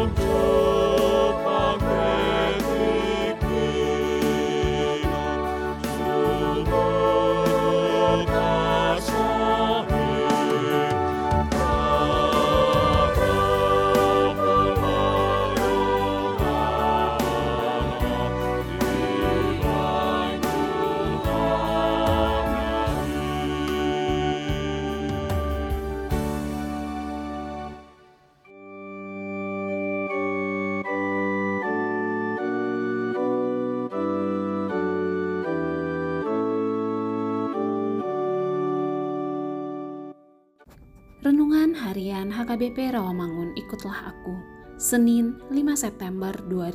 Renungan Harian HKBP Rawamangun Ikutlah Aku, Senin 5 September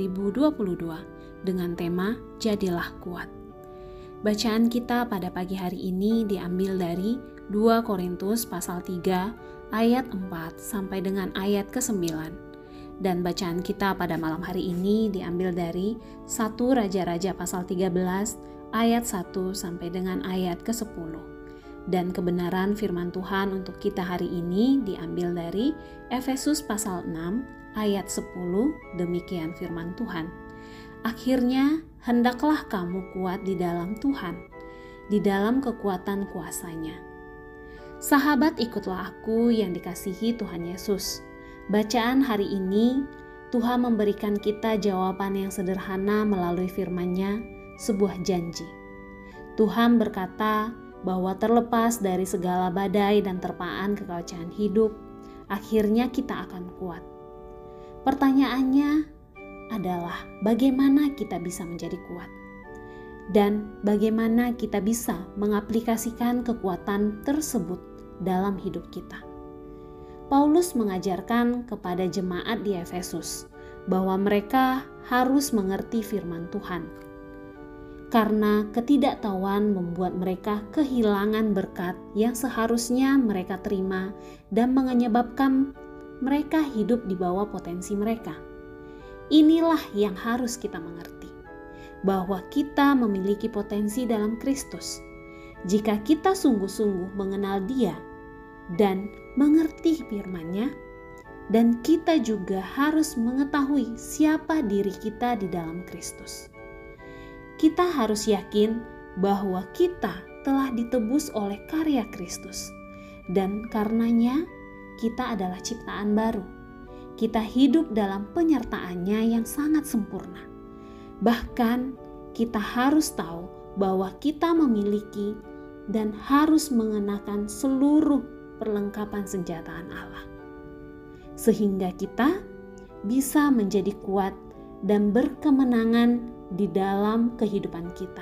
2022, dengan tema Jadilah Kuat. Bacaan kita pada pagi hari ini diambil dari 2 Korintus pasal 3 ayat 4 sampai dengan ayat ke-9. Dan bacaan kita pada malam hari ini diambil dari 1 Raja-Raja pasal 13 ayat 1 sampai dengan ayat ke-10. Dan kebenaran firman Tuhan untuk kita hari ini diambil dari Efesus pasal 6 ayat 10, demikian firman Tuhan. Akhirnya hendaklah kamu kuat di dalam Tuhan, di dalam kekuatan kuasa-Nya. Sahabat, ikutlah aku yang dikasihi Tuhan Yesus. Bacaan hari ini, Tuhan memberikan kita jawaban yang sederhana melalui firman-Nya, sebuah janji. Tuhan berkata, bahwa terlepas dari segala badai dan terpaan kekacauan hidup, akhirnya kita akan kuat. Pertanyaannya adalah bagaimana kita bisa menjadi kuat? Dan bagaimana kita bisa mengaplikasikan kekuatan tersebut dalam hidup kita? Paulus mengajarkan kepada jemaat di Efesus bahwa mereka harus mengerti firman Tuhan. Karena ketidaktahuan membuat mereka kehilangan berkat yang seharusnya mereka terima dan menyebabkan mereka hidup di bawah potensi mereka. Inilah yang harus kita mengerti, bahwa kita memiliki potensi dalam Kristus. Jika kita sungguh-sungguh mengenal Dia dan mengerti firman-Nya, dan kita juga harus mengetahui siapa diri kita di dalam Kristus. Kita harus yakin bahwa kita telah ditebus oleh karya Kristus, dan karenanya kita adalah ciptaan baru. Kita hidup dalam penyertaan-Nya yang sangat sempurna. Bahkan kita harus tahu bahwa kita memiliki dan harus mengenakan seluruh perlengkapan senjataan Allah, sehingga kita bisa menjadi kuat dan berkemenangan di dalam kehidupan kita.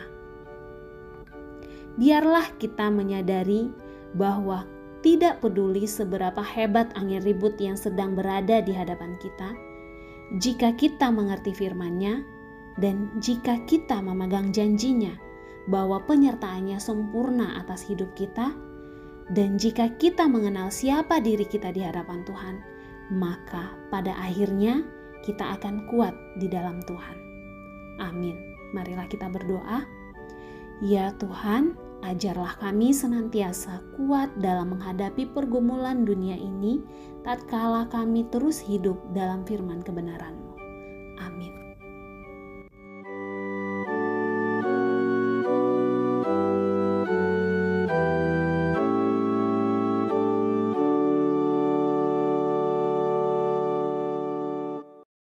Biarlah kita menyadari bahwa tidak peduli seberapa hebat angin ribut yang sedang berada di hadapan kita, jika kita mengerti firman-Nya dan jika kita memegang janji-Nya bahwa penyertaan-Nya sempurna atas hidup kita, dan jika kita mengenal siapa diri kita di hadapan Tuhan, maka pada akhirnya kita akan kuat di dalam Tuhan. Amin. Marilah kita berdoa. Ya Tuhan, ajarlah kami senantiasa kuat dalam menghadapi pergumulan dunia ini, tatkala kami terus hidup dalam firman kebenaran-Mu. Amin.